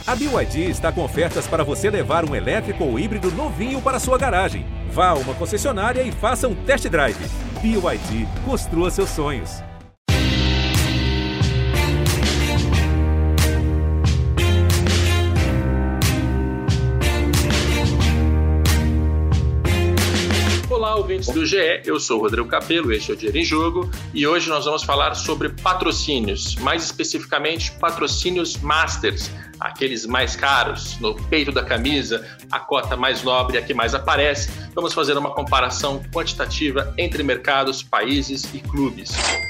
A BYD está com ofertas para você levar um elétrico ou híbrido novinho para sua garagem. Vá a uma concessionária e faça um test drive. BYD, construa seus sonhos. Olá, ouvintes do GE, eu sou o Rodrigo Capello, este é o Dinheiro em Jogo e hoje nós vamos falar sobre patrocínios, mais especificamente patrocínios masters, aqueles mais caros, no peito da camisa, a cota mais nobre, a que mais aparece. Vamos fazer uma comparação quantitativa entre mercados, países e clubes.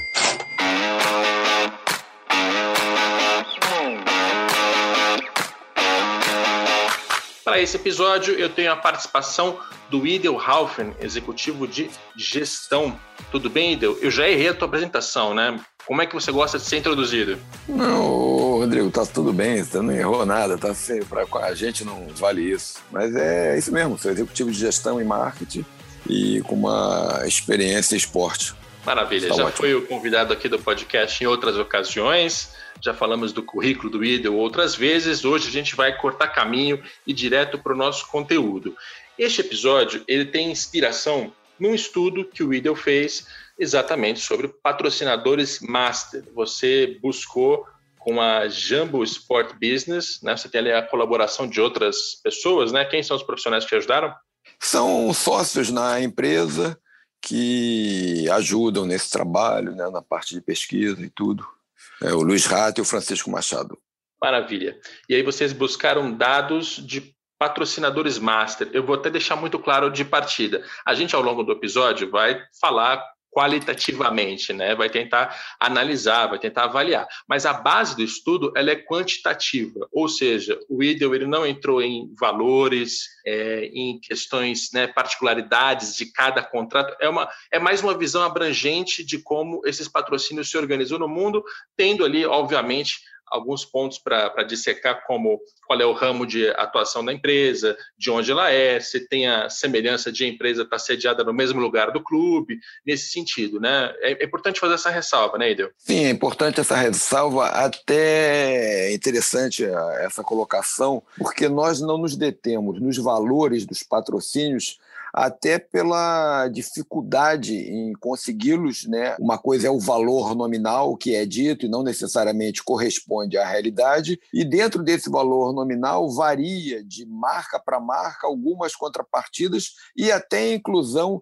Para esse episódio, eu tenho a participação do Idel Halfen, executivo de gestão. Tudo bem, Idel? Eu já errei a tua apresentação, né? Como é que você gosta de ser introduzido? Não, Rodrigo, tá tudo bem, você não errou nada, tá sempre, a gente não vale isso. Mas é isso mesmo, sou executivo de gestão e marketing e com uma experiência em esporte. Maravilha, já foi o convidado aqui do podcast em outras ocasiões, já falamos do currículo do Idel outras vezes, hoje a gente vai cortar caminho e direto para o nosso conteúdo. Este episódio ele tem inspiração num estudo que o Idel fez exatamente sobre patrocinadores master. Você buscou com a Jumbo Sport Business, né? Você tem ali a colaboração de outras pessoas, né? Quem são os profissionais que te ajudaram? São sócios na empresa que ajudam nesse trabalho, né? Na parte de pesquisa e tudo. O Luiz Rato e o Francisco Machado. Maravilha. E aí vocês buscaram dados de patrocinadores master. Eu vou até deixar muito claro de partida. A gente, ao longo do episódio, vai falar qualitativamente, né? Vai tentar analisar, vai tentar avaliar. Mas a base do estudo ela é quantitativa, ou seja, o Idel ele não entrou em valores, em questões, né, particularidades de cada contrato. É mais uma visão abrangente de como esses patrocínios se organizam no mundo, tendo ali, obviamente, alguns pontos para dissecar, como qual é o ramo de atuação da empresa, de onde ela é, se tem a semelhança de a empresa estar sediada no mesmo lugar do clube, nesse sentido, né? É importante fazer essa ressalva, né, Idel? Sim, é importante essa ressalva, até interessante essa colocação, porque nós não nos detemos nos valores dos patrocínios até pela dificuldade em consegui-los, né? Uma coisa é o valor nominal que é dito e não necessariamente corresponde à realidade, e dentro desse valor nominal varia de marca para marca algumas contrapartidas e até a inclusão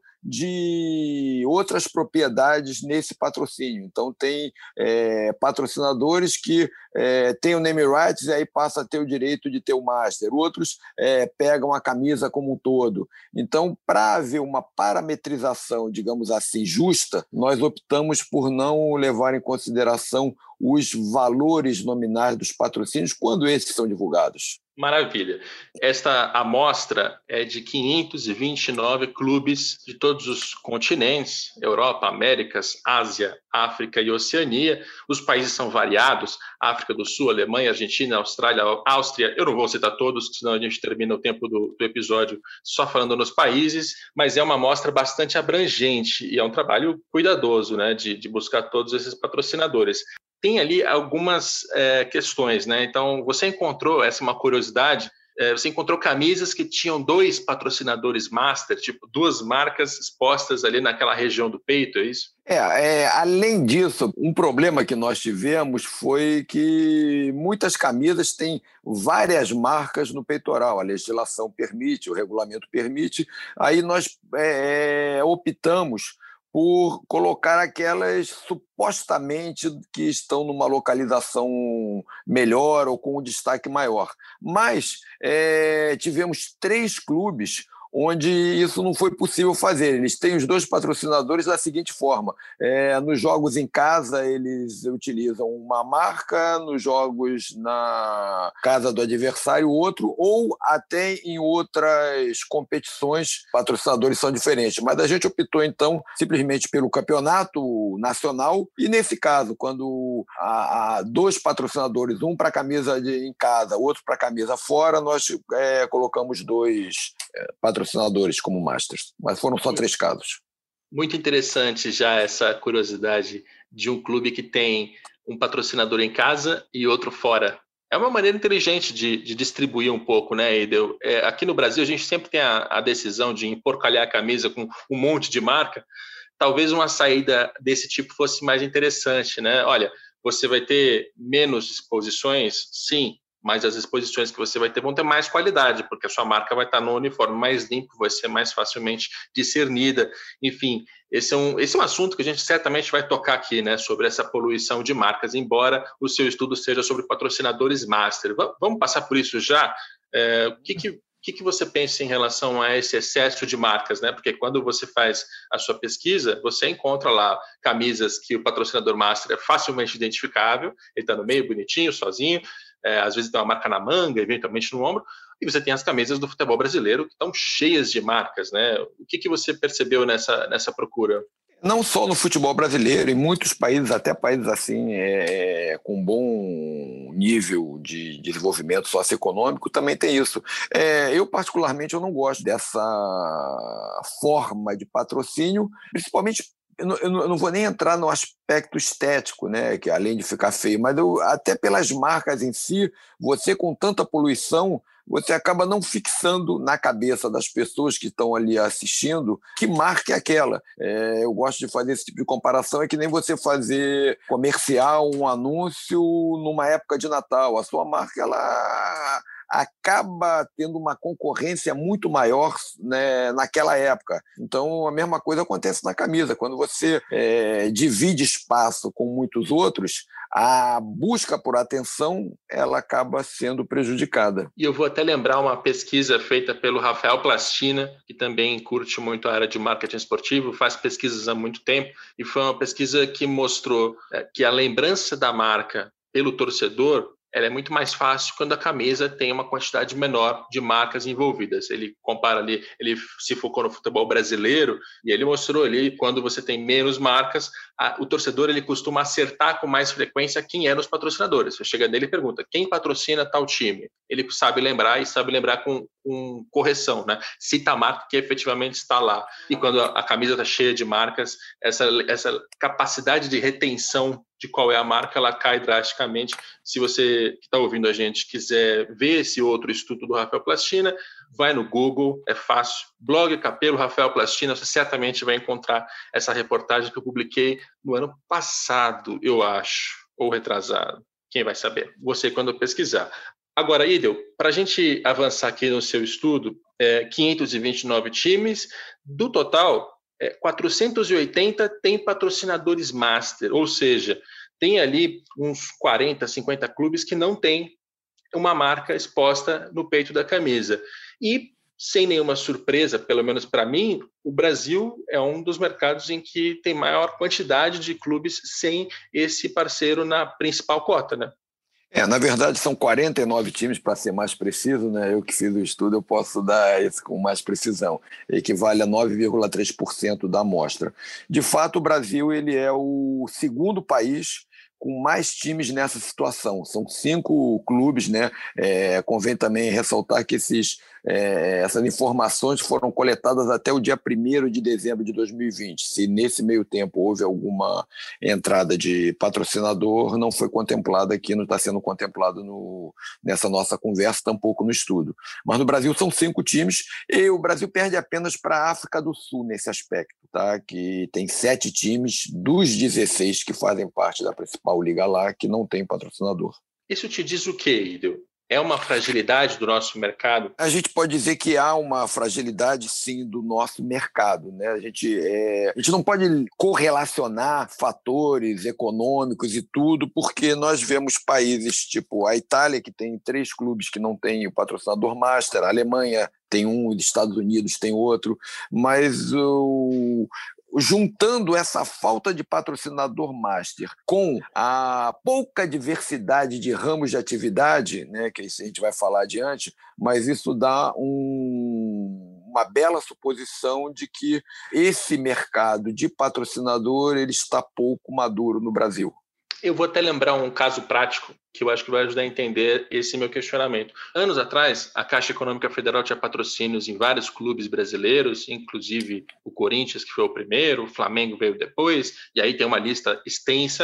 de outras propriedades nesse patrocínio. Então, tem patrocinadores que têm o name rights e aí passa a ter o direito de ter o master. Outros pegam a camisa como um todo. Então, para haver uma parametrização, digamos assim, justa, nós optamos por não levar em consideração os valores nominais dos patrocínios quando esses são divulgados. Maravilha. Esta amostra é de 529 clubes de todos os continentes, Europa, Américas, Ásia, África e Oceania. Os países são variados, África do Sul, Alemanha, Argentina, Austrália, Áustria. Eu não vou citar todos, senão a gente termina o tempo do episódio só falando nos países, mas é uma amostra bastante abrangente e é um trabalho cuidadoso, né, de buscar todos esses patrocinadores. Tem ali algumas questões, né? Então, você encontrou, essa é uma curiosidade, você encontrou camisas que tinham 2 patrocinadores master, tipo 2 marcas expostas ali naquela região do peito, é isso? Além disso, um problema que nós tivemos foi que muitas camisas têm várias marcas no peitoral. A legislação permite, o regulamento permite. Aí nós optamos por colocar aquelas supostamente que estão numa localização melhor ou com um destaque maior. Mas tivemos 3 clubes onde isso não foi possível fazer. Eles têm os 2 patrocinadores da seguinte forma: nos jogos em casa eles utilizam uma marca, nos jogos na casa do adversário outro, ou até em outras competições patrocinadores são diferentes. Mas a gente optou então simplesmente pelo campeonato nacional, e nesse caso, quando há 2 patrocinadores, um para a camisa em casa, outro para a camisa fora, nós colocamos 2 patrocinadores como Masters, mas foram só 3 casos. Muito interessante já essa curiosidade de um clube que tem um patrocinador em casa e outro fora. É uma maneira inteligente de distribuir um pouco, né, Eidel? Aqui no Brasil, a gente sempre tem a decisão de emporcalhar a camisa com um monte de marca. Talvez uma saída desse tipo fosse mais interessante, né? Olha, você vai ter menos exposições, sim, mas as exposições que você vai ter vão ter mais qualidade, porque a sua marca vai estar no uniforme mais limpo, vai ser mais facilmente discernida. Enfim, esse é um assunto que a gente certamente vai tocar aqui, né, sobre essa poluição de marcas, embora o seu estudo seja sobre patrocinadores master. Vamos passar por isso já? O que você pensa em relação a esse excesso de marcas, né? Porque quando você faz a sua pesquisa, você encontra lá camisas que o patrocinador master é facilmente identificável, ele está no meio, bonitinho, sozinho, às vezes tem uma marca na manga, eventualmente no ombro, e você tem as camisas do futebol brasileiro que estão cheias de marcas, né? O que você percebeu nessa procura? Não só no futebol brasileiro, em muitos países, até países assim, com bom nível de desenvolvimento socioeconômico, também tem isso. Eu, particularmente, eu não gosto dessa forma de patrocínio, principalmente. Eu não vou nem entrar no aspecto estético, né, que além de ficar feio, mas até pelas marcas em si, você com tanta poluição, você acaba não fixando na cabeça das pessoas que estão ali assistindo que marca é aquela. Eu gosto de fazer esse tipo de comparação, é que nem você fazer comercial, um anúncio numa época de Natal. A sua marca, ela acaba tendo uma concorrência muito maior, né, naquela época. Então, a mesma coisa acontece na camisa. Quando você divide espaço com muitos outros, a busca por atenção ela acaba sendo prejudicada. E eu vou até lembrar uma pesquisa feita pelo Rafael Plastina, que também curte muito a área de marketing esportivo, faz pesquisas há muito tempo, e foi uma pesquisa que mostrou que a lembrança da marca pelo torcedor ela é muito mais fácil quando a camisa tem uma quantidade menor de marcas envolvidas. Ele compara ali, ele se focou no futebol brasileiro e ele mostrou ali, quando você tem menos marcas, o torcedor ele costuma acertar com mais frequência quem eram os patrocinadores. Você chega nele e pergunta, quem patrocina tal time? Ele sabe lembrar e sabe lembrar com correção, né? Cita a marca que efetivamente está lá. E quando a camisa está cheia de marcas, essa capacidade de retenção de qual é a marca, ela cai drasticamente. Se você que está ouvindo a gente quiser ver esse outro estudo do Rafael Plastina, vai no Google, é fácil. Blog Capelo Rafael Plastina, você certamente vai encontrar essa reportagem que eu publiquei no ano passado, eu acho, ou retrasado. Quem vai saber? Você quando pesquisar. Agora, Eidel, para a gente avançar aqui no seu estudo, 529 times, do total, 480 tem patrocinadores master, ou seja, tem ali uns 40, 50 clubes que não têm uma marca exposta no peito da camisa. E, sem nenhuma surpresa, pelo menos para mim, o Brasil é um dos mercados em que tem maior quantidade de clubes sem esse parceiro na principal cota, né? Na verdade, são 49 times, para ser mais preciso, né? Eu que fiz o estudo, eu posso dar isso com mais precisão. Equivale a 9,3% da amostra. De fato, o Brasil ele é o segundo país com mais times nessa situação. São 5 clubes, né? Convém também ressaltar que essas informações foram coletadas até o dia 1º de dezembro de 2020. Se nesse meio tempo houve alguma entrada de patrocinador, não foi contemplado aqui, não está sendo contemplado nessa nossa conversa, tampouco no estudo. Mas no Brasil são 5 times e o Brasil perde apenas para a África do Sul nesse aspecto, tá? Que tem 7 times dos 16 que fazem parte da principal liga lá que não tem patrocinador. Isso te diz o quê, Eidel? É uma fragilidade do nosso mercado? A gente pode dizer que há uma fragilidade, sim, do nosso mercado, né? A gente não pode correlacionar fatores econômicos e tudo, porque nós vemos países tipo a Itália, que tem 3 clubes que não tem o patrocinador master, a Alemanha tem um, os Estados Unidos tem outro, mas juntando essa falta de patrocinador master com a pouca diversidade de ramos de atividade, né, que a gente vai falar adiante, mas isso dá uma bela suposição de que esse mercado de patrocinador ele está pouco maduro no Brasil. Eu vou até lembrar um caso prático que eu acho que vai ajudar a entender esse meu questionamento. Anos atrás, a Caixa Econômica Federal tinha patrocínios em vários clubes brasileiros, inclusive o Corinthians, que foi o primeiro, o Flamengo veio depois, e aí tem uma lista extensa.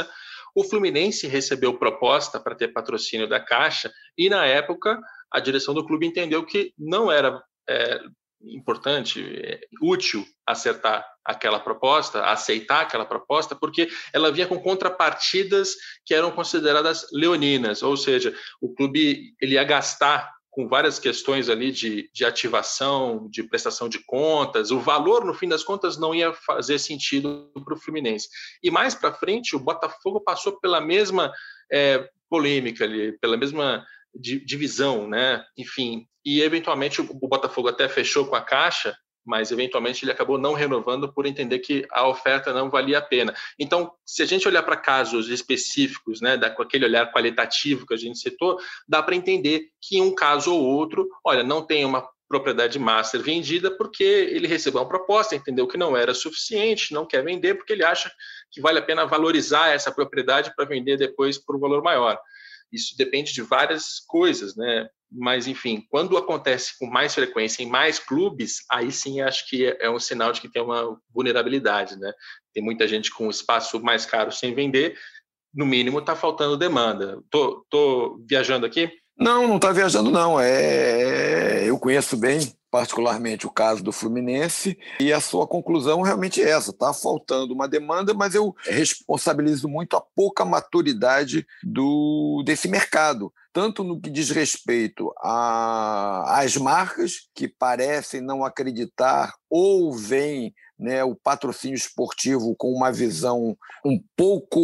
O Fluminense recebeu proposta para ter patrocínio da Caixa e, na época, a direção do clube entendeu que não era importante, útil acertar aquela proposta, aceitar aquela proposta, porque ela vinha com contrapartidas que eram consideradas leoninas, ou seja, o clube ele ia gastar com várias questões ali de ativação, de prestação de contas, o valor, no fim das contas, não ia fazer sentido para o Fluminense. E mais para frente, o Botafogo passou pela mesma polêmica ali, pela mesma divisão, né? Enfim, e eventualmente o Botafogo até fechou com a Caixa, mas eventualmente ele acabou não renovando por entender que a oferta não valia a pena. Então, se a gente olhar para casos específicos, né, com aquele olhar qualitativo que a gente citou, dá para entender que em um caso ou outro, olha, não tem uma propriedade master vendida porque ele recebeu uma proposta, entendeu que não era suficiente, não quer vender porque ele acha que vale a pena valorizar essa propriedade para vender depois por um valor maior. Isso depende de várias coisas, né? Mas, enfim, quando acontece com mais frequência em mais clubes, aí sim acho que é um sinal de que tem uma vulnerabilidade, né? Tem muita gente com espaço mais caro sem vender, no mínimo está faltando demanda. Tô viajando aqui? Não está viajando, não. Eu conheço bem, particularmente, o caso do Fluminense, e a sua conclusão realmente é essa. Está faltando uma demanda, mas eu responsabilizo muito a pouca maturidade desse mercado, tanto no que diz respeito às marcas, que parecem não acreditar ou veem, né, o patrocínio esportivo com uma visão um pouco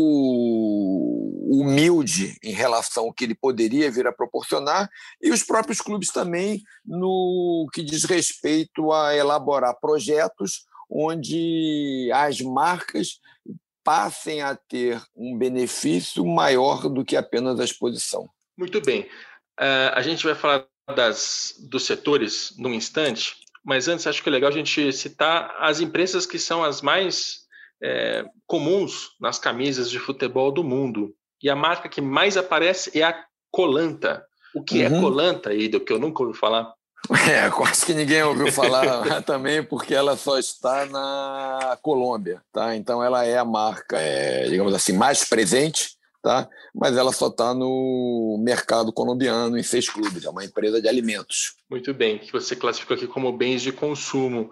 humilde em relação ao que ele poderia vir a proporcionar, e os próprios clubes também no que diz respeito a elaborar projetos onde as marcas passem a ter um benefício maior do que apenas a exposição. Muito bem. A gente vai falar dos setores num instante, mas antes acho que é legal a gente citar as empresas que são as mais comuns nas camisas de futebol do mundo. E a marca que mais aparece é a Colanta. O que é Colanta, Ido, que eu nunca ouvi falar? Quase que ninguém ouviu falar também, porque ela só está na Colômbia, tá? Então ela é a marca, digamos assim, mais presente, tá? Mas ela só está no mercado colombiano em 6 clubes, é uma empresa de alimentos. Muito bem, que você classificou aqui como bens de consumo.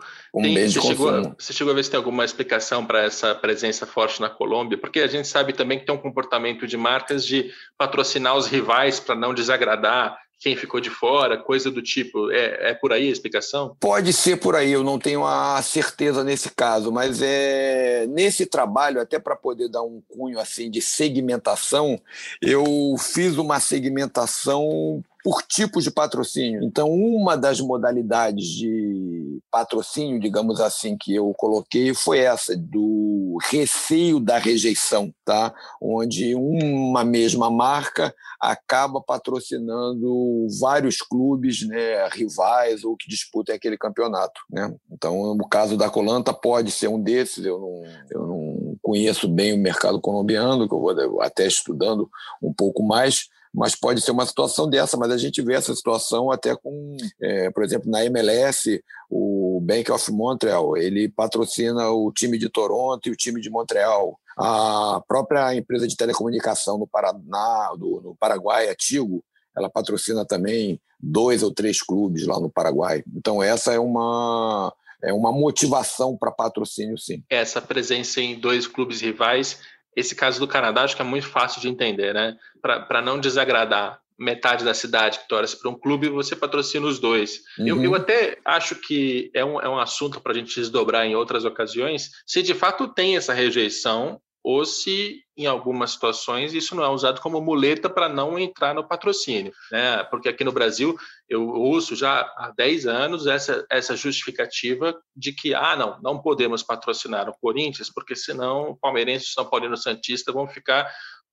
Você chegou a ver se tem alguma explicação para essa presença forte na Colômbia? Porque a gente sabe também que tem um comportamento de marcas de patrocinar os rivais para não desagradar quem ficou de fora, coisa do tipo. É por aí a explicação? Pode ser por aí, eu não tenho a certeza nesse caso, mas nesse trabalho, até para poder dar um cunho assim de segmentação, eu fiz uma segmentação por tipos de patrocínio. Então, uma das modalidades de patrocínio, digamos assim, que eu coloquei foi essa, do receio da rejeição, tá? Onde uma mesma marca acaba patrocinando vários clubes, né, rivais ou que disputem aquele campeonato, né? Então, o caso da Colanta pode ser um desses. Eu não conheço bem o mercado colombiano, que eu vou até estudando um pouco mais, mas pode ser uma situação dessa. Mas a gente vê essa situação até com, por exemplo, na MLS, o Bank of Montreal, ele patrocina o time de Toronto e o time de Montreal. A própria empresa de telecomunicação no Paraná, no Paraguai, a Tigo, ela patrocina também 2 ou 3 clubes lá no Paraguai. Então essa é uma motivação para patrocínio, sim. Essa presença em 2 clubes rivais. Esse caso do Canadá acho que é muito fácil de entender, né? Para não desagradar metade da cidade que torce para um clube, você patrocina os 2. Eu até acho que é um assunto para a gente desdobrar em outras ocasiões, se de fato tem essa rejeição ou se, em algumas situações, isso não é usado como muleta para não entrar no patrocínio, né? Porque aqui no Brasil eu ouço já há 10 anos essa justificativa de que não podemos patrocinar o Corinthians, porque senão o palmeirense e o São Paulino Santista vão ficar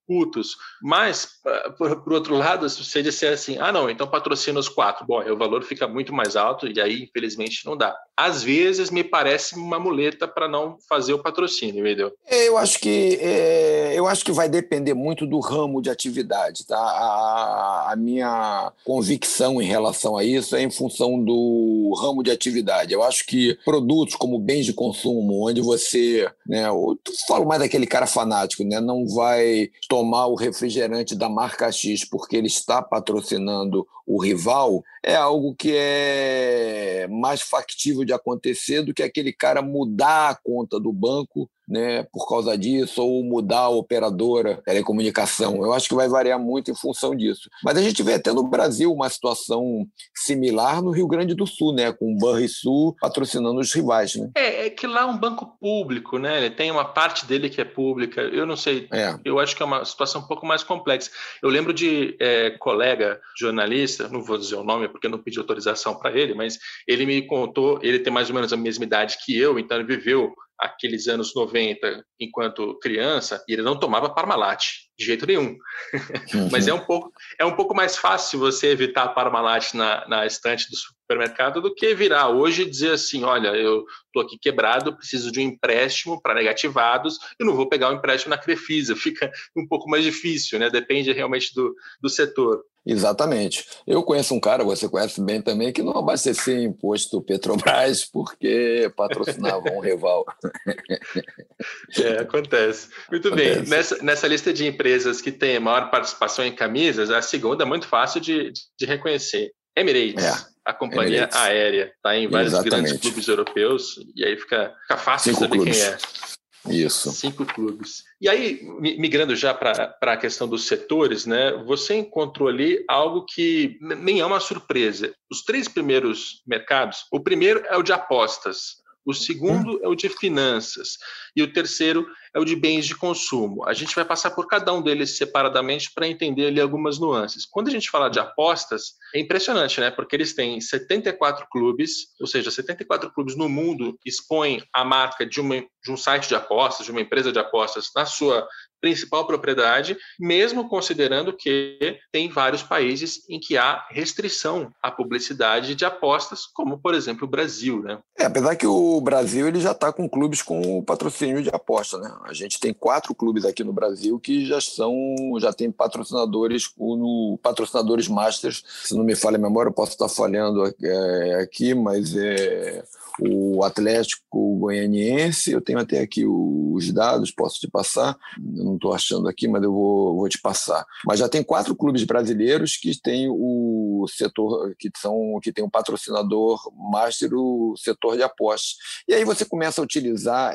putos. Mas, por outro lado, se você disser assim, não, então patrocina os 4, bom, o valor fica muito mais alto e aí, infelizmente, não dá. Às vezes, me parece uma muleta para não fazer o patrocínio, entendeu? Eu acho que vai depender muito do ramo de atividade, tá? A minha convicção em relação a isso é em função do ramo de atividade. Eu acho que produtos como bens de consumo, onde você, né, eu falo mais daquele cara fanático, né, não vai tomar o refrigerante da marca X porque ele está patrocinando o rival, é algo que é mais factível de acontecer do que aquele cara mudar a conta do banco, né, por causa disso, ou mudar a operadora, telecomunicação. Eu acho que vai variar muito em função disso. Mas a gente vê até no Brasil uma situação similar no Rio Grande do Sul, né, com o Banrisul patrocinando os rivais. Né? É que lá é um banco público, né? Ele tem uma parte dele que é pública. Eu não sei, eu acho que é uma situação um pouco mais complexa. Eu lembro de colega jornalista, não vou dizer o nome porque eu não pedi autorização para ele, mas ele me contou, ele tem mais ou menos a mesma idade que eu, então ele viveu aqueles anos 90 enquanto criança, e ele não tomava Parmalat, de jeito nenhum. Mas é um pouco mais fácil você evitar a Parmalat na estante do supermercado do que virar hoje e dizer assim, olha, eu estou aqui quebrado, preciso de um empréstimo para negativados, eu não vou pegar um empréstimo na Crefisa, fica um pouco mais difícil, né? Depende realmente do setor. Exatamente. Eu conheço um cara, você conhece bem também, que não abastecia imposto Petrobras porque patrocinava um rival. Acontece. Muito bem. Nessa lista de empresas que tem maior participação em camisas, a segunda é muito fácil de reconhecer. Emirates, a companhia aérea, está em vários grandes clubes europeus, e aí fica fácil saber quem é. Isso. 5 clubes. E aí, migrando já para a questão dos setores, né, você encontrou ali algo que nem é uma surpresa. Os 3 primeiros mercados, o primeiro é o de apostas, o segundo é o de finanças e o terceiro é o de bens de consumo. A gente vai passar por cada um deles separadamente para entender ali algumas nuances. Quando a gente fala de apostas, é impressionante, né? Porque eles têm 74 clubes, ou seja, 74 clubes no mundo expõem a marca de um site de apostas, de uma empresa de apostas na sua principal propriedade, mesmo considerando que tem vários países em que há restrição à publicidade de apostas, como, por exemplo, o Brasil, né? Apesar que o Brasil ele já está com clubes com patrocínio de aposta, né? A gente tem 4 clubes aqui no Brasil que já tem patrocinadores patrocinadores masters. Se não me falha a memória, eu posso estar falhando aqui, mas o Atlético Goianiense, eu tenho até aqui os dados, posso te passar, eu não estou achando aqui, mas eu vou te passar. Mas já tem 4 clubes brasileiros que têm o setor, que tem um patrocinador master, o setor de apostas. E aí você começa a utilizar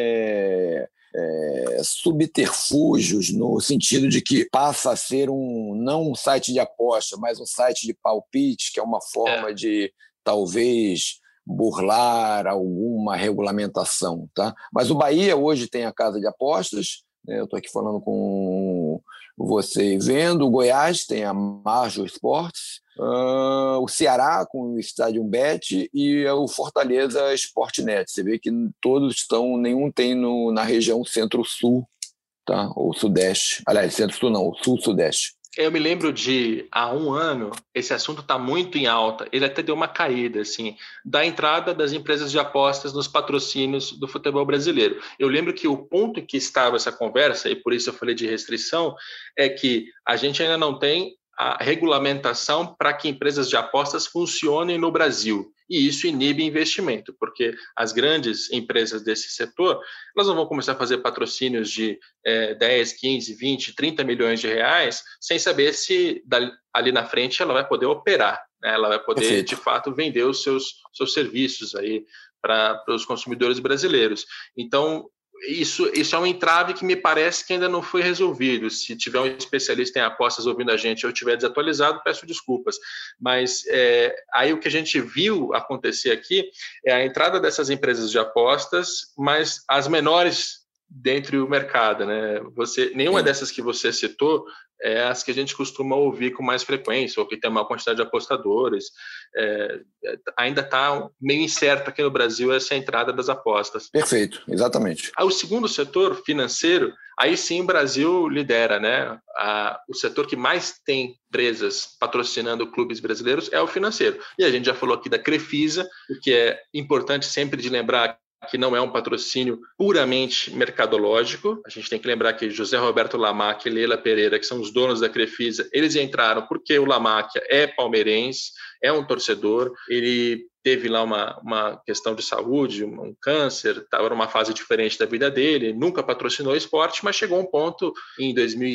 subterfúgios no sentido de que passa a ser não um site de aposta, mas um site de palpite, que é uma forma de talvez burlar alguma regulamentação, tá? Mas o Bahia hoje tem a casa de apostas, né? Eu estou aqui falando com você e vendo, o Goiás tem a Marjo Esportes, o Ceará com o Stadium Bet e o Fortaleza Sportnet. Você vê que todos nenhum tem na região centro-sul, tá? Ou sudeste. Aliás, centro-sul não, sul-sudeste. Eu me lembro há 1 ano, esse assunto está muito em alta, ele até deu uma caída, assim, da entrada das empresas de apostas nos patrocínios do futebol brasileiro. Eu lembro que o ponto em que estava essa conversa, e por isso eu falei de restrição, é que a gente ainda não tem a regulamentação para que empresas de apostas funcionem no Brasil. E isso inibe investimento, porque as grandes empresas desse setor, elas não vão começar a fazer patrocínios de 10, 15, 20, 30 milhões de reais, sem saber se ali na frente ela vai poder operar, né? Ela vai poder, Perfeito. De fato, vender os seus serviços aí para os consumidores brasileiros. Então, isso é um entrave que me parece que ainda não foi resolvido. Se tiver um especialista em apostas ouvindo a gente ou estiver desatualizado, peço desculpas. Mas aí o que a gente viu acontecer aqui é a entrada dessas empresas de apostas, mas as menores dentro do mercado, né? Nenhuma dessas que você citou é as que a gente costuma ouvir com mais frequência, ou que tem uma quantidade de apostadores. Ainda está meio incerto aqui no Brasil essa entrada das apostas. Perfeito, exatamente. O segundo setor, financeiro, aí sim o Brasil lidera, né? O setor que mais tem empresas patrocinando clubes brasileiros é o financeiro. E a gente já falou aqui da Crefisa, o que é importante sempre de lembrar que não é um patrocínio puramente mercadológico. A gente tem que lembrar que José Roberto Lamáquia e Leila Pereira, que são os donos da Crefisa, eles entraram porque o Lamáquia é palmeirense, é um torcedor, ele teve lá uma questão de saúde, um câncer, estava numa fase diferente da vida dele, nunca patrocinou esporte, mas chegou um ponto em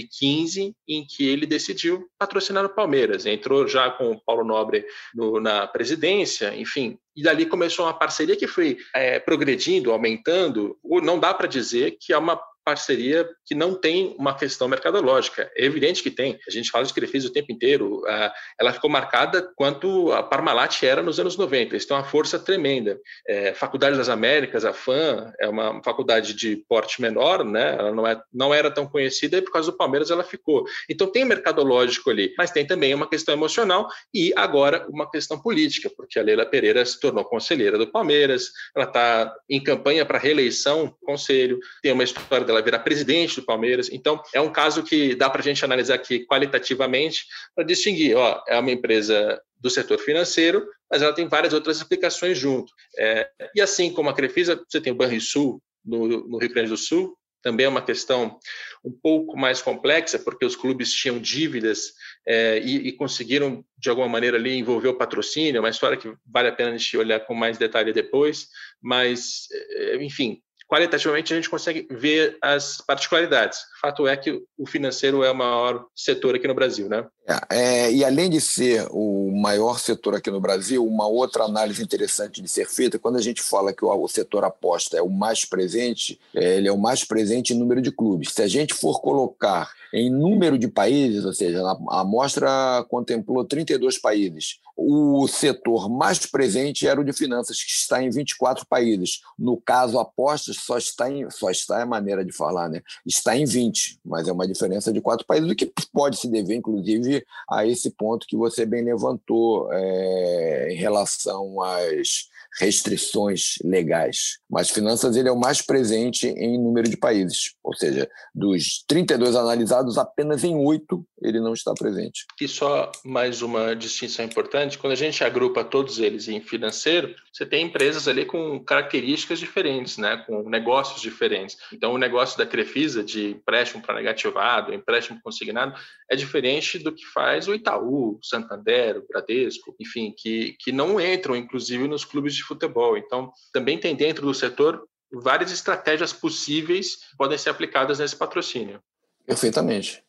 2015 em que ele decidiu patrocinar o Palmeiras. Entrou já com o Paulo Nobre na presidência, enfim, e dali começou uma parceria que foi progredindo, aumentando. Não dá para dizer que é uma parceria que não tem uma questão mercadológica. É evidente que tem. A gente fala de Crefisa o tempo inteiro. Ela ficou marcada quanto a Parmalat era nos anos 90. Eles têm uma força tremenda. Faculdade das Américas, a FAM, é uma faculdade de porte menor, né? Ela não era tão conhecida e por causa do Palmeiras ela ficou. Então tem mercadológico ali, mas tem também uma questão emocional e agora uma questão política, porque a Leila Pereira se tornou conselheira do Palmeiras, ela está em campanha para reeleição do conselho, tem uma história dela virar presidente do Palmeiras. Então, é um caso que dá para a gente analisar aqui qualitativamente para distinguir. É uma empresa do setor financeiro, mas ela tem várias outras aplicações junto. E assim como a Crefisa, você tem o Banrisul no Rio Grande do Sul, também é uma questão um pouco mais complexa, porque os clubes tinham dívidas e conseguiram, de alguma maneira, ali envolver o patrocínio. É uma história que vale a pena a gente olhar com mais detalhe depois, mas, enfim, qualitativamente a gente consegue ver as particularidades. O fato é que o financeiro é o maior setor aqui no Brasil, né? E além de ser o maior setor aqui no Brasil, uma outra análise interessante de ser feita, quando a gente fala que o setor aposta é o mais presente, ele é o mais presente em número de clubes. Se a gente for colocar em número de países, ou seja, a amostra contemplou 32 países, o setor mais presente era o de finanças, que está em 24 países. No caso, apostas só está é maneira de falar, né? Está em 20, mas é uma diferença de 4 países, o que pode se dever, inclusive, a esse ponto que você bem levantou em relação às restrições legais. Mas finanças ele é o mais presente em número de países, ou seja, dos 32 analisados, apenas em 8 ele não está presente. E só mais uma distinção importante, quando a gente agrupa todos eles em financeiro, você tem empresas ali com características diferentes, né? Com negócios diferentes. Então, o negócio da Crefisa, de empréstimo para negativado, empréstimo consignado, é diferente do que faz o Itaú, o Santander, o Bradesco, enfim, que não entram, inclusive, nos clubes de futebol. Então, também tem dentro do setor várias estratégias possíveis que podem ser aplicadas nesse patrocínio. Perfeitamente.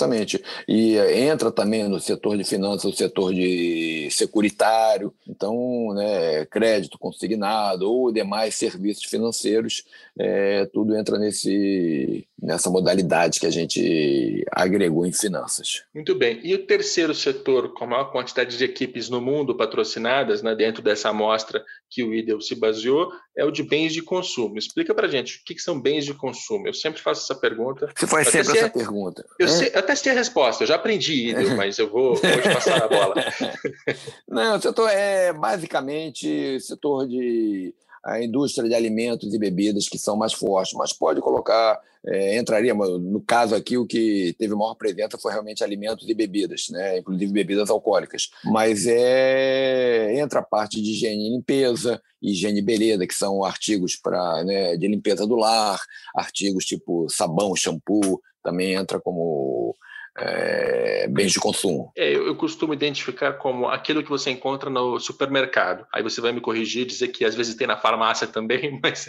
E entra também no setor de finanças, o setor de securitário, então, né, crédito consignado ou demais serviços financeiros, tudo entra nessa modalidade que a gente agregou em finanças. Muito bem. E o terceiro setor, com a maior quantidade de equipes no mundo patrocinadas, né, dentro dessa amostra que o IDEL se baseou, é o de bens de consumo. Explica para a gente o que são bens de consumo. Eu sempre faço essa pergunta. Você faz sempre essa pergunta. Eu até sei a resposta, eu já aprendi, mas eu vou te passar a bola. Não, o setor é basicamente setor a indústria de alimentos e bebidas que são mais fortes, mas pode colocar, entraria, no caso aqui, o que teve maior presença foi realmente alimentos e bebidas, né? Inclusive bebidas alcoólicas, mas entra a parte de higiene e limpeza, higiene e beleza, que são artigos de limpeza do lar, artigos tipo sabão, shampoo, também entra como bens de consumo. Eu costumo identificar como aquilo que você encontra no supermercado. Aí você vai me corrigir, dizer que às vezes tem na farmácia também, mas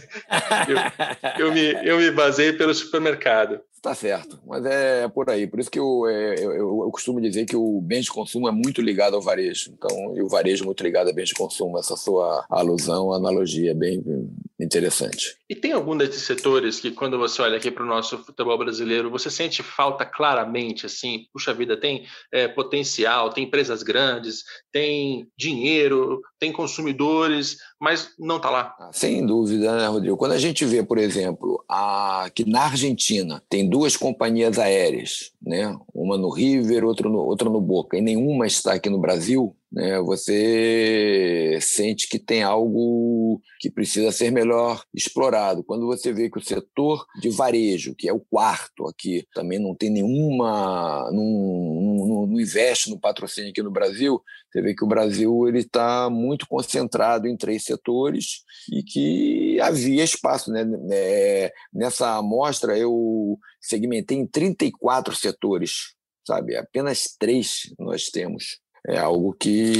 eu me baseio pelo supermercado. Está certo, mas é por aí. Por isso que eu costumo dizer que o bem de consumo é muito ligado ao varejo. Então, e o varejo muito ligado a bens de consumo. Essa sua alusão, analogia é interessante. E tem algum desses setores que, quando você olha aqui para o nosso futebol brasileiro, você sente falta claramente, assim, puxa vida, tem potencial, tem empresas grandes, tem dinheiro, tem consumidores, mas não está lá? Sem dúvida, né, Rodrigo? Quando a gente vê, por exemplo, que na Argentina tem 2 companhias aéreas, né? Uma no River, outra no Boca, e nenhuma está aqui no Brasil, né? Você sente que tem algo que precisa ser melhor explorado. Quando você vê que o setor de varejo, que é o quarto aqui, também não tem nenhuma, não investe no patrocínio aqui no Brasil, você vê que o Brasil está muito concentrado em 3 setores e que havia espaço, né? Nessa amostra eu segmentei em 34 setores, sabe? Apenas 3 nós temos. É algo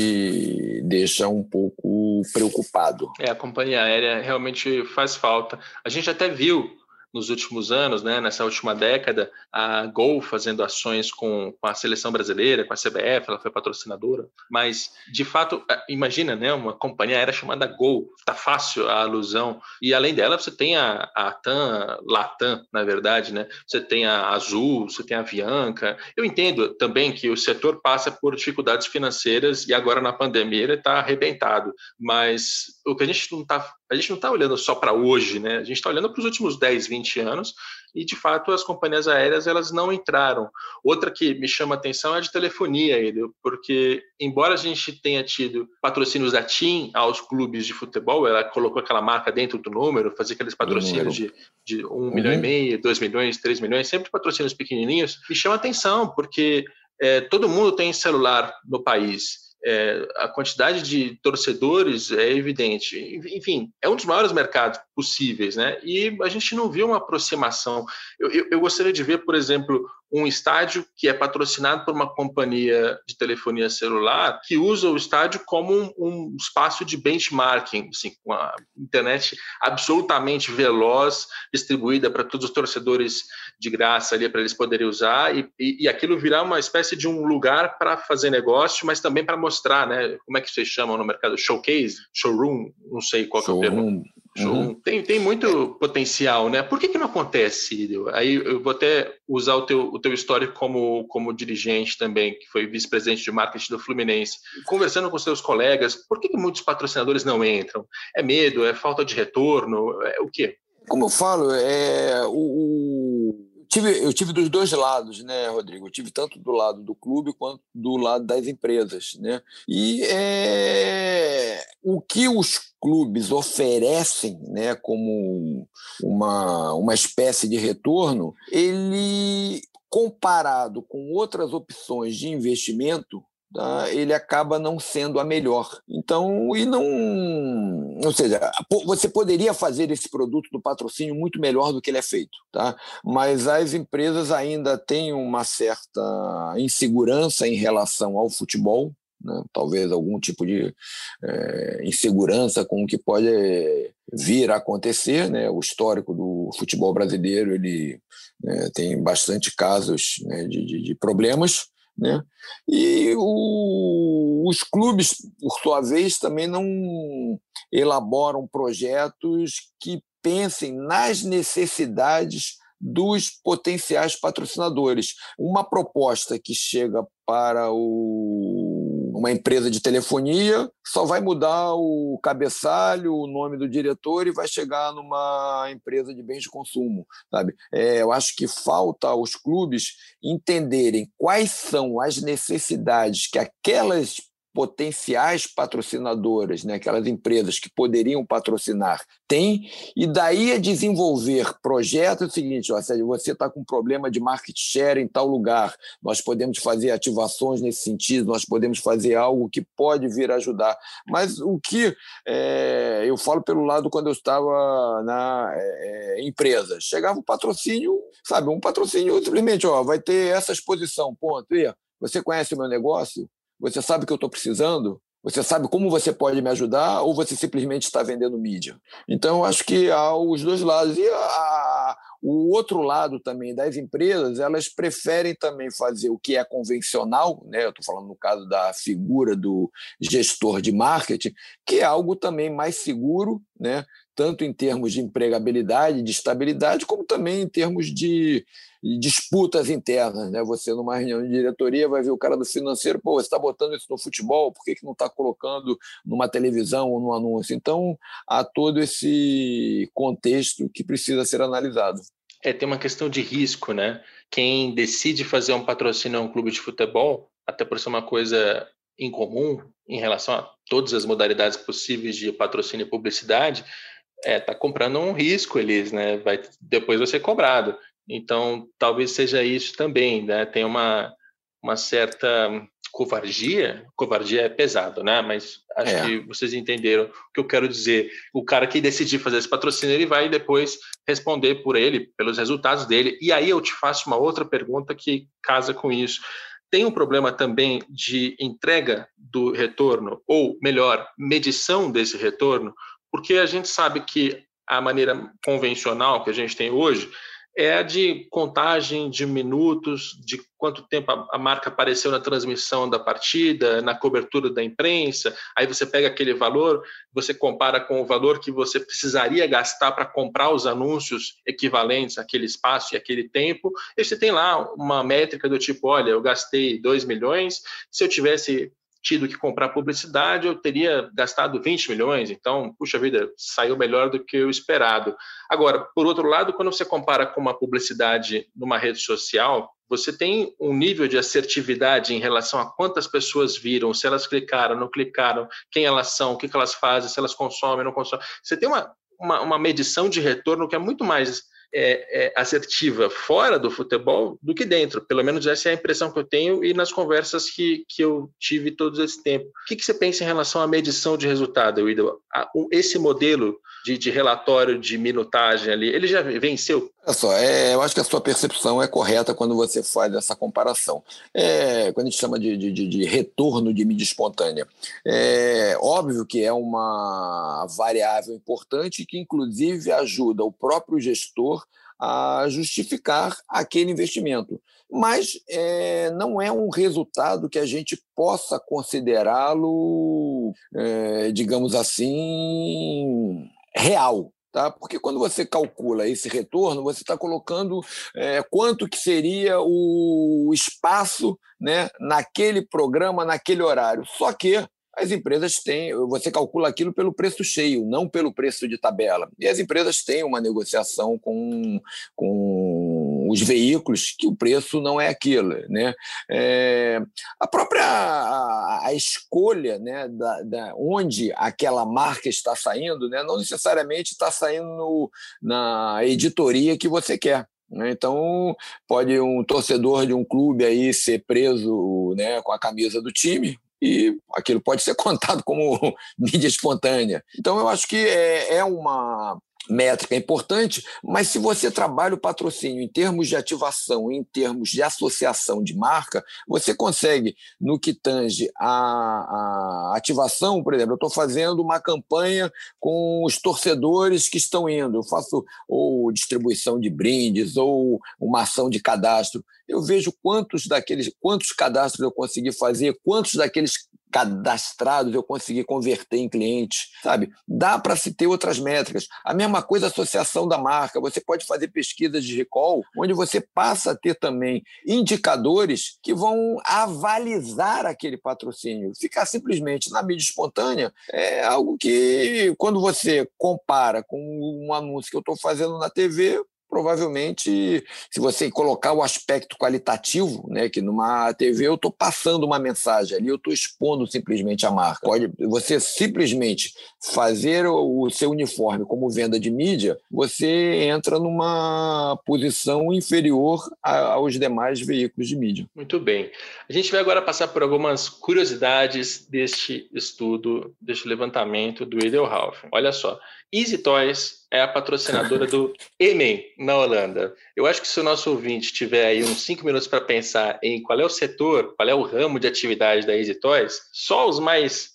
que deixa um pouco preocupado. A companhia aérea realmente faz falta. A gente até viu nos últimos anos, né, nessa última década, a Gol fazendo ações com a seleção brasileira, com a CBF, ela foi patrocinadora, mas, de fato, imagina, né, uma companhia aérea chamada Gol, tá fácil a alusão, e além dela você tem a Latam, na verdade, né, você tem a Azul, você tem a Avianca. Eu entendo também que o setor passa por dificuldades financeiras e agora na pandemia ele está arrebentado, mas o que a gente não está olhando só para hoje, né? A gente está olhando para os últimos 10, 20 anos e, de fato, as companhias aéreas elas não entraram. Outra que me chama a atenção é a de telefonia, porque, embora a gente tenha tido patrocínios da TIM aos clubes de futebol, ela colocou aquela marca dentro do número, fazia aqueles patrocínios de 1,5 milhão, 2 milhões, 3 milhões, sempre patrocínios pequenininhos, me chama a atenção, porque todo mundo tem celular no país. A quantidade de torcedores é evidente. Enfim, é um dos maiores mercados possíveis, né? E a gente não viu uma aproximação. Eu gostaria de ver, por exemplo, um estádio que é patrocinado por uma companhia de telefonia celular que usa o estádio como um espaço de benchmarking, assim, com a internet absolutamente veloz, distribuída para todos os torcedores de graça ali, para eles poderem usar, e aquilo virar uma espécie de um lugar para fazer negócio, mas também para mostrar, né? Como é que vocês chamam no mercado? Showcase? Showroom? Não sei qual que é o termo. Tem muito potencial, né? Por que não acontece, Círio? Aí eu vou até usar o teu histórico como dirigente também, que foi vice-presidente de marketing do Fluminense. Conversando com seus colegas, por que muitos patrocinadores não entram? É medo? É falta de retorno? É o quê? Como eu falo, eu tive dos 2 lados, né, Rodrigo? Eu tive tanto do lado do clube quanto do lado das empresas, né? E o que os clubes oferecem, né, como uma espécie de retorno, ele, comparado com outras opções de investimento, tá, ele acaba não sendo a melhor. Então, ou seja, você poderia fazer esse produto do patrocínio muito melhor do que ele é feito, tá? Mas as empresas ainda têm uma certa insegurança em relação ao futebol, né? Talvez algum tipo de insegurança com o que pode vir a acontecer, né? O histórico do futebol brasileiro ele tem bastante casos, né, de problemas, né? E os clubes, por sua vez, também não elaboram projetos que pensem nas necessidades dos potenciais patrocinadores. Uma proposta que chega para uma empresa de telefonia só vai mudar o cabeçalho, o nome do diretor e vai chegar numa empresa de bens de consumo, sabe? Eu acho que falta aos clubes entenderem quais são as necessidades que aquelas potenciais patrocinadoras, né, aquelas empresas que poderiam patrocinar, têm, e daí a desenvolver projetos. É o seguinte, se você está com problema de market share em tal lugar, nós podemos fazer ativações nesse sentido, nós podemos fazer algo que pode vir a ajudar. Mas o que eu falo pelo lado quando eu estava na empresa, chegava um patrocínio, sabe, um patrocínio simplesmente, vai ter essa exposição, ponto, e você conhece o meu negócio? Você sabe o que eu estou precisando? Você sabe como você pode me ajudar ou você simplesmente está vendendo mídia? Então, eu acho que há os 2 lados. E o outro lado também das empresas, elas preferem também fazer o que é convencional, né? Eu estou falando no caso da figura do gestor de marketing, que é algo também mais seguro, né? tanto em termos de empregabilidade, de estabilidade, como também em termos de disputas internas, né? Você, numa reunião de diretoria, vai ver o cara do financeiro, pô, você está botando isso no futebol, por que não está colocando numa televisão ou num anúncio? Então, há todo esse contexto que precisa ser analisado. Tem uma questão de risco, né? Quem decide fazer um patrocínio a um clube de futebol, até por ser uma coisa incomum em relação a todas as modalidades possíveis de patrocínio e publicidade, tá comprando um risco, eles, né? Depois vai ser cobrado. Então, talvez seja isso também, né? Tem uma certa covardia é pesado, né? Mas acho que vocês entenderam o que eu quero dizer. O cara que decidir fazer esse patrocínio, ele vai depois responder por ele, pelos resultados dele. E aí eu te faço uma outra pergunta que casa com isso. Tem um problema também de entrega do retorno, ou melhor, medição desse retorno, porque a gente sabe que a maneira convencional que a gente tem hoje é a de contagem de minutos, de quanto tempo a marca apareceu na transmissão da partida, na cobertura da imprensa. Aí você pega aquele valor, você compara com o valor que você precisaria gastar para comprar os anúncios equivalentes àquele espaço e àquele tempo, e você tem lá uma métrica do tipo, olha, eu gastei 2 milhões, se eu tivesse tido que comprar publicidade, eu teria gastado 20 milhões, então, puxa vida, saiu melhor do que o esperado. Agora, por outro lado, quando você compara com uma publicidade numa rede social, você tem um nível de assertividade em relação a quantas pessoas viram, se elas clicaram, não clicaram, quem elas são, o que elas fazem, se elas consomem, não consomem. Você tem uma medição de retorno que é muito mais assertiva fora do futebol do que dentro. Pelo menos essa é a impressão que eu tenho e nas conversas que eu tive todo esse tempo. O que você pensa em relação à medição de resultado, Wilder? Esse modelo de relatório de minutagem ali, ele já venceu? Olha só, eu acho que a sua percepção é correta quando você faz essa comparação. Quando a gente chama de retorno de mídia espontânea, óbvio que é uma variável importante que, inclusive, ajuda o próprio gestor a justificar aquele investimento. Mas não é um resultado que a gente possa considerá-lo, digamos assim, real. Tá? Porque quando você calcula esse retorno, você está colocando quanto que seria o espaço, né, naquele programa, naquele horário. Só que as empresas você calcula aquilo pelo preço cheio, não pelo preço de tabela. E as empresas têm uma negociação com os veículos que o preço não é aquilo, né? A própria a escolha, né, da onde aquela marca está saindo, né, não necessariamente está saindo na editoria que você quer. Então, pode um torcedor de um clube aí ser preso, né, com a camisa do time, e aquilo pode ser contado como mídia espontânea. Então, eu acho que é uma métrica importante, mas se você trabalha o patrocínio em termos de ativação, em termos de associação de marca, você consegue, no que tange a ativação, por exemplo, eu estou fazendo uma campanha com os torcedores que estão indo, eu faço ou distribuição de brindes ou uma ação de cadastro, eu vejo quantos cadastros eu consegui fazer, quantos daqueles cadastrados eu consegui converter em clientes, sabe? Dá para se ter outras métricas. A mesma coisa a associação da marca. Você pode fazer pesquisas de recall, onde você passa a ter também indicadores que vão avalizar aquele patrocínio. Ficar simplesmente na mídia espontânea é algo que, quando você compara com um anúncio que eu estou fazendo na TV, provavelmente, se você colocar o aspecto qualitativo, né, que numa TV eu estou passando uma mensagem ali, eu estou expondo simplesmente a marca. Pode você simplesmente fazer o seu uniforme como venda de mídia, você entra numa posição inferior aos demais veículos de mídia. Muito bem. A gente vai agora passar por algumas curiosidades deste estudo, deste levantamento do Edelhoff. Olha só, Easy Toys é a patrocinadora do Emen, na Holanda. Eu acho que se o nosso ouvinte tiver aí uns 5 minutos para pensar em qual é o setor, qual é o ramo de atividade da Easy Toys, só os mais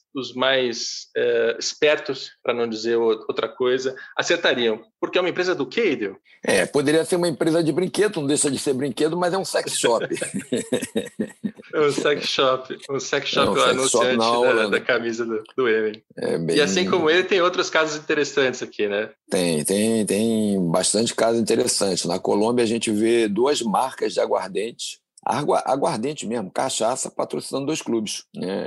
espertos, para não dizer outra coisa, acertariam. Porque é uma empresa do quê, Edel? Poderia ser uma empresa de brinquedo, não deixa de ser brinquedo, mas é um sex shop. Um sex shop. Um sex shop, o anunciante da camisa do Emen. E assim como ele, tem outros casos interessantes aqui, né? Tem bastante casos interessantes. Na Colômbia, a gente vê 2 marcas de aguardente. Aguardente mesmo, cachaça, patrocinando 2 clubes, né?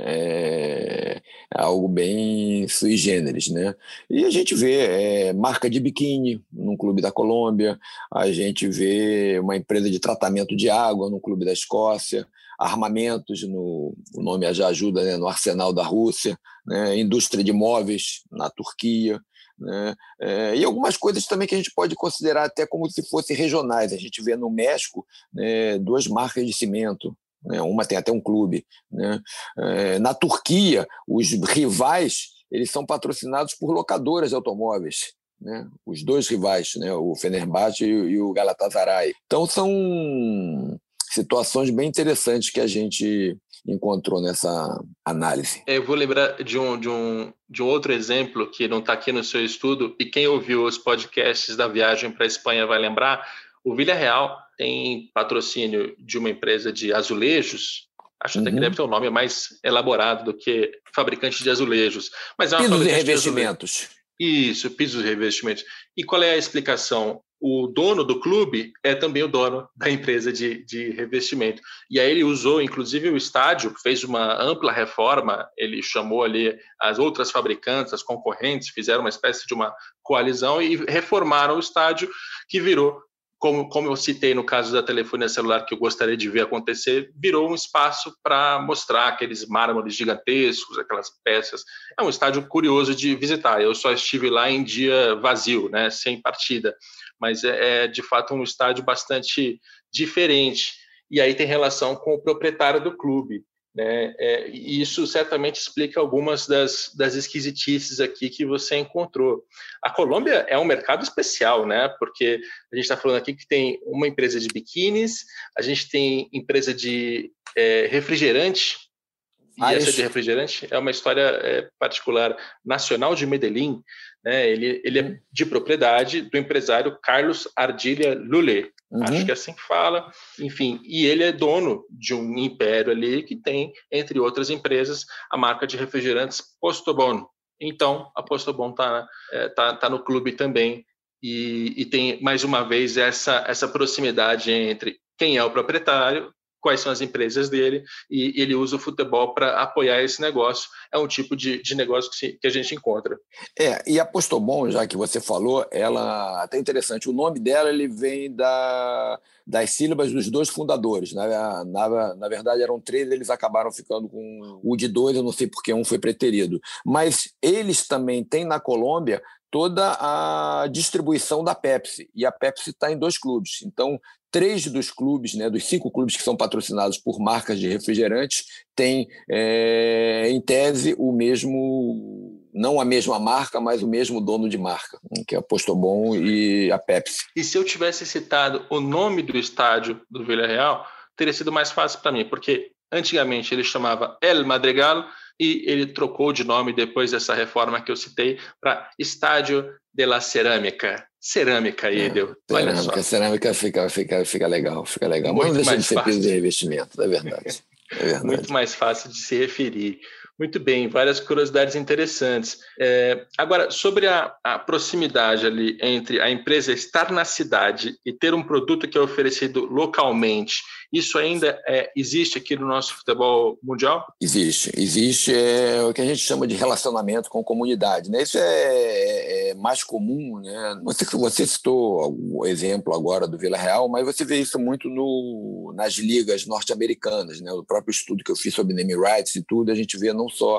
É algo bem sui generis, né? E a gente vê marca de biquíni num clube da Colômbia, a gente vê uma empresa de tratamento de água no clube da Escócia, armamentos, o nome já ajuda, né? No arsenal da Rússia, né? Indústria de móveis na Turquia, né? E algumas coisas também que a gente pode considerar até como se fossem regionais. A gente vê no México, né, 2 marcas de cimento, né? Uma tem até um clube, né? Na Turquia, os rivais eles são patrocinados por locadoras de automóveis, né? Os 2 rivais, né? O Fenerbahçe e o Galatasaray. Então são situações bem interessantes que a gente encontrou nessa análise. Eu vou lembrar de um outro exemplo que não está aqui no seu estudo, e quem ouviu os podcasts da viagem para a Espanha vai lembrar. O Villarreal tem patrocínio de uma empresa de azulejos, acho até que deve ter um nome mais elaborado do que fabricante de azulejos. Mas é uma pisos fabricante e revestimentos. Isso, pisos e revestimentos. E qual é a explicação? O dono do clube é também o dono da empresa de revestimento. E aí ele usou, inclusive, o estádio, fez uma ampla reforma, ele chamou ali as outras fabricantes, as concorrentes, fizeram uma espécie de uma coalizão e reformaram o estádio, que virou, como eu citei no caso da telefonia celular, que eu gostaria de ver acontecer, virou um espaço para mostrar aqueles mármores gigantescos, aquelas peças. É um estádio curioso de visitar. Eu só estive lá em dia vazio, né, sem partida, mas é de fato um estádio bastante diferente. E aí tem relação com o proprietário do clube, né? E isso certamente explica algumas das esquisitices aqui que você encontrou. A Colômbia é um mercado especial, né? Porque a gente está falando aqui que tem uma empresa de biquínis, a gente tem empresa de refrigerante, e essa de refrigerante é uma história particular. Nacional de Medellín, né? Ele é de propriedade do empresário Carlos Ardila Lule. Acho que é assim que fala. Enfim, e ele é dono de um império ali que tem, entre outras empresas, a marca de refrigerantes Postobon. Então, a Postobon tá no clube também. E tem, mais uma vez, essa proximidade entre quem é o proprietário, quais são as empresas dele, e ele usa o futebol para apoiar esse negócio. É um tipo de negócio que a gente encontra. E a Postobon, já que você falou, ela até interessante. O nome dela ele vem das sílabas dos 2 fundadores. Na verdade, eram 3, eles acabaram ficando com o de 2, eu não sei porque um foi preterido. Mas eles também têm na Colômbia toda a distribuição da Pepsi, e a Pepsi está em 2 clubes. Então, 3 dos clubes, né, dos 5 clubes que são patrocinados por marcas de refrigerantes, têm, em tese, o mesmo, não a mesma marca, mas o mesmo dono de marca, que é a Postobon e a Pepsi. E se eu tivesse citado o nome do estádio do Villarreal, teria sido mais fácil para mim, porque antigamente ele chamava El Madrigal, e ele trocou de nome depois dessa reforma que eu citei para Estádio de la Cerâmica. Cerâmica aí, deu. Olha só. Cerâmica fica legal. Mas não deixa de ser piso de revestimento, é verdade. Muito mais fácil de se referir. Muito bem, várias curiosidades interessantes. Agora, sobre a proximidade ali entre a empresa estar na cidade e ter um produto que é oferecido localmente, isso ainda existe aqui no nosso futebol mundial? Existe o que a gente chama de relacionamento com comunidade, né? Isso é mais comum, né? Você citou o exemplo agora do Villarreal, mas você vê isso muito nas ligas norte-americanas, né? O próprio estudo que eu fiz sobre naming rights e tudo, a gente vê não só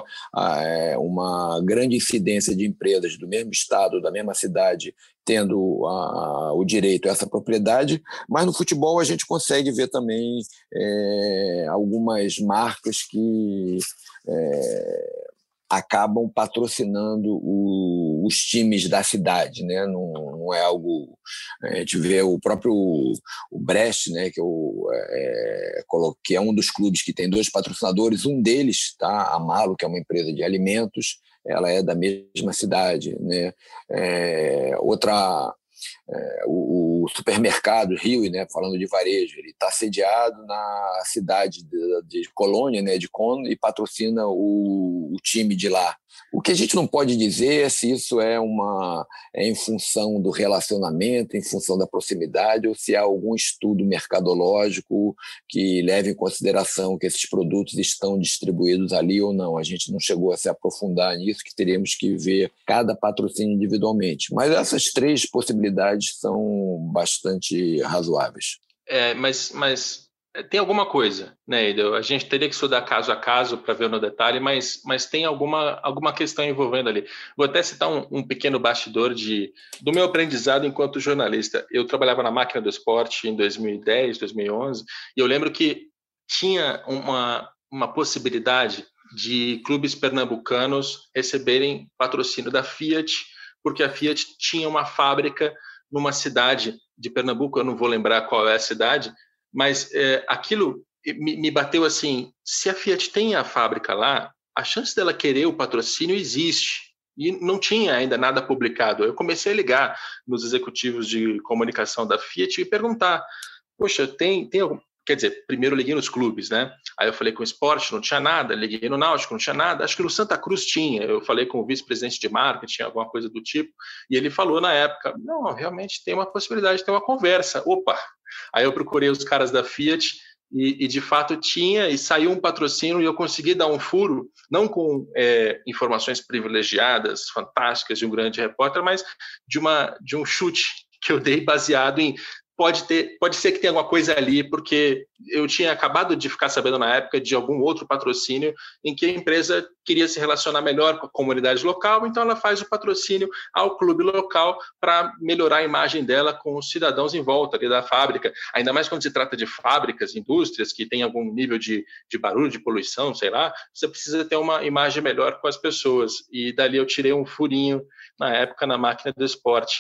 uma grande incidência de empresas do mesmo estado, da mesma cidade, tendo o direito a essa propriedade, mas no futebol a gente consegue ver também algumas marcas que acabam patrocinando os times da cidade, né? Não é algo... A gente vê o próprio Brest, né? Que é um dos clubes que tem 2 patrocinadores, um deles, tá? A Malo, que é uma empresa de alimentos, ela é da mesma cidade, né? Outra o supermercado Rio, né, falando de varejo, ele está sediado na cidade de Colônia, né, de Kono, e patrocina o time de lá. O que a gente não pode dizer é se isso é em função do relacionamento, em função da proximidade, ou se há algum estudo mercadológico que leve em consideração que esses produtos estão distribuídos ali ou não. A gente não chegou a se aprofundar nisso, que teríamos que ver cada patrocínio individualmente. Mas essas 3 possibilidades são bastante razoáveis. Mas tem alguma coisa, né, Eidel? A gente teria que estudar caso a caso para ver no detalhe, mas tem alguma questão envolvendo ali. Vou até citar um pequeno bastidor do meu aprendizado enquanto jornalista. Eu trabalhava na Máquina do Esporte em 2010, 2011, e eu lembro que tinha uma possibilidade de clubes pernambucanos receberem patrocínio da Fiat, porque a Fiat tinha uma fábrica numa cidade de Pernambuco, eu não vou lembrar qual é a cidade, mas aquilo me bateu assim, se a Fiat tem a fábrica lá, a chance dela querer o patrocínio existe. E não tinha ainda nada publicado. Eu comecei a ligar nos executivos de comunicação da Fiat e perguntar, poxa, tem algum... Quer dizer, primeiro eu liguei nos clubes, né? Aí eu falei com o Esporte, não tinha nada. Liguei no Náutico, não tinha nada. Acho que no Santa Cruz tinha. Eu falei com o vice-presidente de marketing, alguma coisa do tipo. E ele falou na época, não, realmente tem uma possibilidade de ter uma conversa. Opa! Aí eu procurei os caras da Fiat e de fato tinha, e saiu um patrocínio e eu consegui dar um furo, não com informações privilegiadas, fantásticas de um grande repórter, mas de um chute que eu dei baseado em pode ser que tenha alguma coisa ali, porque eu tinha acabado de ficar sabendo na época de algum outro patrocínio em que a empresa queria se relacionar melhor com a comunidade local, então ela faz o patrocínio ao clube local para melhorar a imagem dela com os cidadãos em volta ali da fábrica, ainda mais quando se trata de fábricas, indústrias que tem algum nível de barulho, de poluição, sei lá, você precisa ter uma imagem melhor com as pessoas, e dali eu tirei um furinho na época na Máquina do Esporte,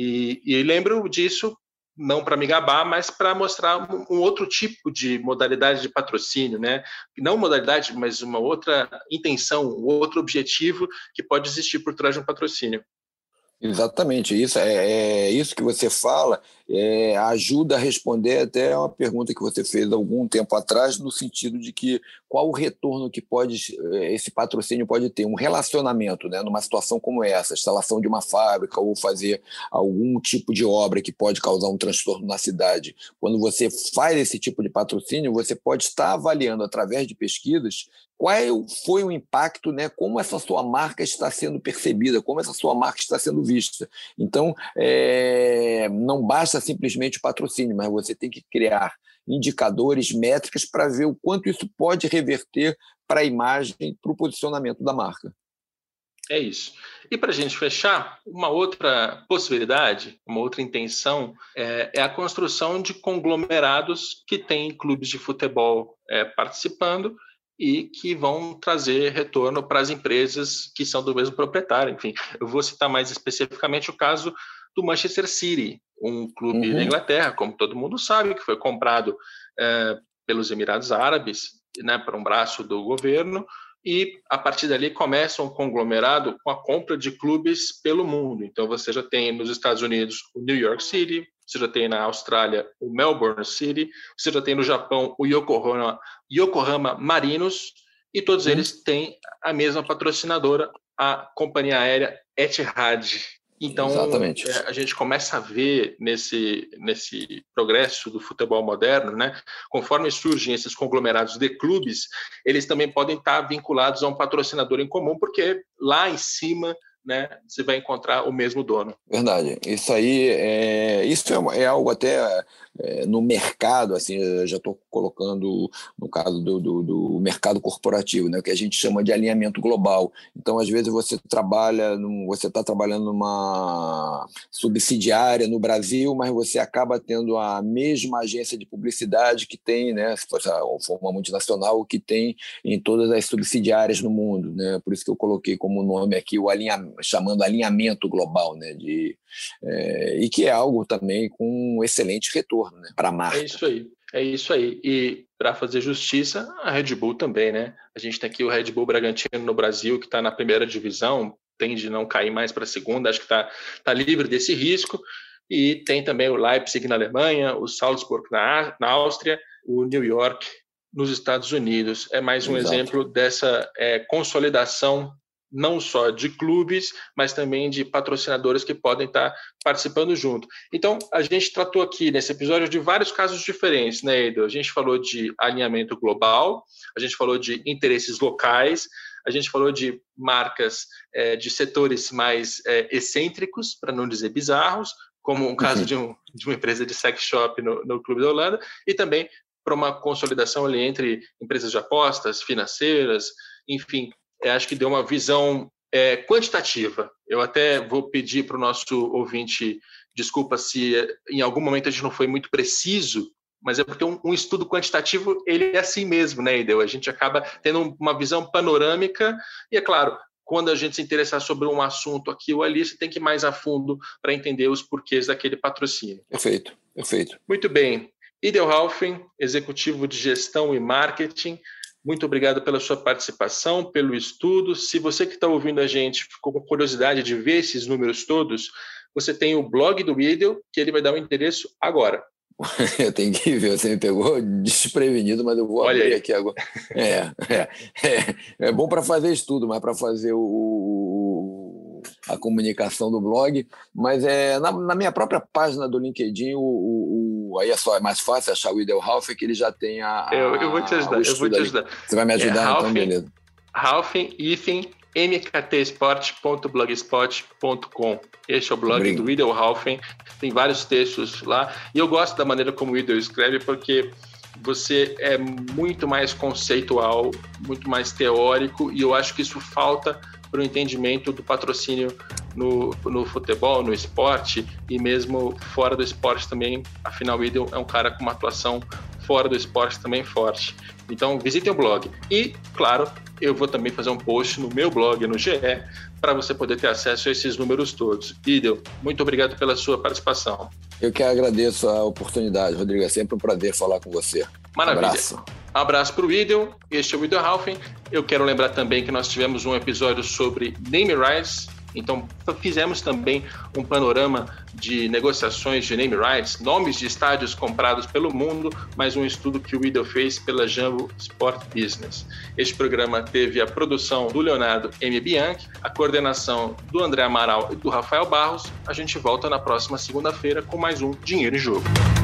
e lembro disso não para me gabar, mas para mostrar um outro tipo de modalidade de patrocínio, né? Não modalidade, mas uma outra intenção, um outro objetivo que pode existir por trás de um patrocínio. Exatamente, isso que você fala ajuda a responder até uma pergunta que você fez algum tempo atrás, no sentido de que qual o retorno que esse patrocínio pode ter, um relacionamento, né, numa situação como essa, instalação de uma fábrica ou fazer algum tipo de obra que pode causar um transtorno na cidade. Quando você faz esse tipo de patrocínio, você pode estar avaliando através de pesquisas qual foi o impacto, né, como essa sua marca está sendo percebida, como essa sua marca está sendo vista. Então, não basta simplesmente o patrocínio, mas você tem que criar indicadores, métricas para ver o quanto isso pode reverter para a imagem, para o posicionamento da marca. É isso. E para a gente fechar, uma outra possibilidade, uma outra intenção é a construção de conglomerados que têm clubes de futebol participando e que vão trazer retorno para as empresas que são do mesmo proprietário. Enfim, eu vou citar mais especificamente o caso do Manchester City, um clube da Inglaterra, como todo mundo sabe, que foi comprado pelos Emirados Árabes, né, para um braço do governo, e a partir dali começa um conglomerado com a compra de clubes pelo mundo. Então você já tem nos Estados Unidos o New York City, você já tem na Austrália o Melbourne City, você já tem no Japão o Yokohama Marinos, e todos eles têm a mesma patrocinadora, a companhia aérea Etihad. Então, a gente começa a ver nesse progresso do futebol moderno, né, conforme surgem esses conglomerados de clubes, eles também podem estar vinculados a um patrocinador em comum, porque lá em cima, né, você vai encontrar o mesmo dono. Verdade. Isso aí isso é algo até no mercado, assim, eu já estou colocando no caso do mercado corporativo, né, o que a gente chama de alinhamento global. Então, às vezes, você está trabalhando numa subsidiária no Brasil, mas você acaba tendo a mesma agência de publicidade que tem, né, se fosse uma multinacional, que tem em todas as subsidiárias no mundo, né? Por isso que eu coloquei como nome aqui chamando alinhamento global, né, e que é algo também com um excelente retorno, né, para a marca. É isso aí. E para fazer justiça, a Red Bull também, né? A gente tem aqui o Red Bull Bragantino no Brasil, que está na primeira divisão, tende a não cair mais para a segunda, acho que está livre desse risco. E tem também o Leipzig na Alemanha, o Salzburg na Áustria, o New York nos Estados Unidos. É mais um exemplo dessa consolidação, não só de clubes, mas também de patrocinadores que podem estar participando junto. Então, a gente tratou aqui nesse episódio de vários casos diferentes, né, Edu? A gente falou de alinhamento global, a gente falou de interesses locais, a gente falou de marcas de setores mais excêntricos, para não dizer bizarros, como um caso de uma empresa de sex shop no Clube da Holanda, e também para uma consolidação ali entre empresas de apostas, financeiras, enfim, acho que deu uma visão quantitativa. Eu até vou pedir para o nosso ouvinte desculpa se em algum momento a gente não foi muito preciso, mas é porque um estudo quantitativo ele é assim mesmo, né, Ideu? A gente acaba tendo uma visão panorâmica e, é claro, quando a gente se interessar sobre um assunto aqui ou ali, você tem que ir mais a fundo para entender os porquês daquele patrocínio. Perfeito. Muito bem. Ideu Halfing, executivo de gestão e marketing, muito obrigado pela sua participação, pelo estudo. Se você que está ouvindo a gente ficou com curiosidade de ver esses números todos, você tem o blog do Ideu, que ele vai dar o endereço agora. Eu tenho que ver, você me pegou desprevenido, mas eu vou abrir aqui agora. É bom para fazer estudo, mas para fazer a comunicação do blog, mas na minha própria página do LinkedIn, aí é mais fácil achar o Ideu Halfing, que ele já tem eu vou te ajudar. Você vai me ajudar? Então, beleza. Halfing, mktsport.blogspot.com. Este é o blog do Ideu Halfing, tem vários textos lá, e eu gosto da maneira como o Ideu escreve, porque você é muito mais conceitual, muito mais teórico, e eu acho que isso falta para o entendimento do patrocínio no futebol, no esporte e mesmo fora do esporte também. Afinal, o Ideu é um cara com uma atuação fora do esporte também forte. Então, visitem o blog. E, claro, eu vou também fazer um post no meu blog, no GE, para você poder ter acesso a esses números todos. Ideu, muito obrigado pela sua participação. Eu que agradeço a oportunidade, Rodrigo. É sempre um prazer falar com você. Maravilha. Abraço. Abraço para o Ideu. Este é o Ideu Halfing. Eu quero lembrar também que nós tivemos um episódio sobre name rights. Então, fizemos também um panorama de negociações de name rights, nomes de estádios comprados pelo mundo, mais um estudo que o Ideu fez pela Jambo Sport Business. Este programa teve a produção do Leonardo M. Bianchi, a coordenação do André Amaral e do Rafael Barros. A gente volta na próxima segunda-feira com mais um Dinheiro em Jogo.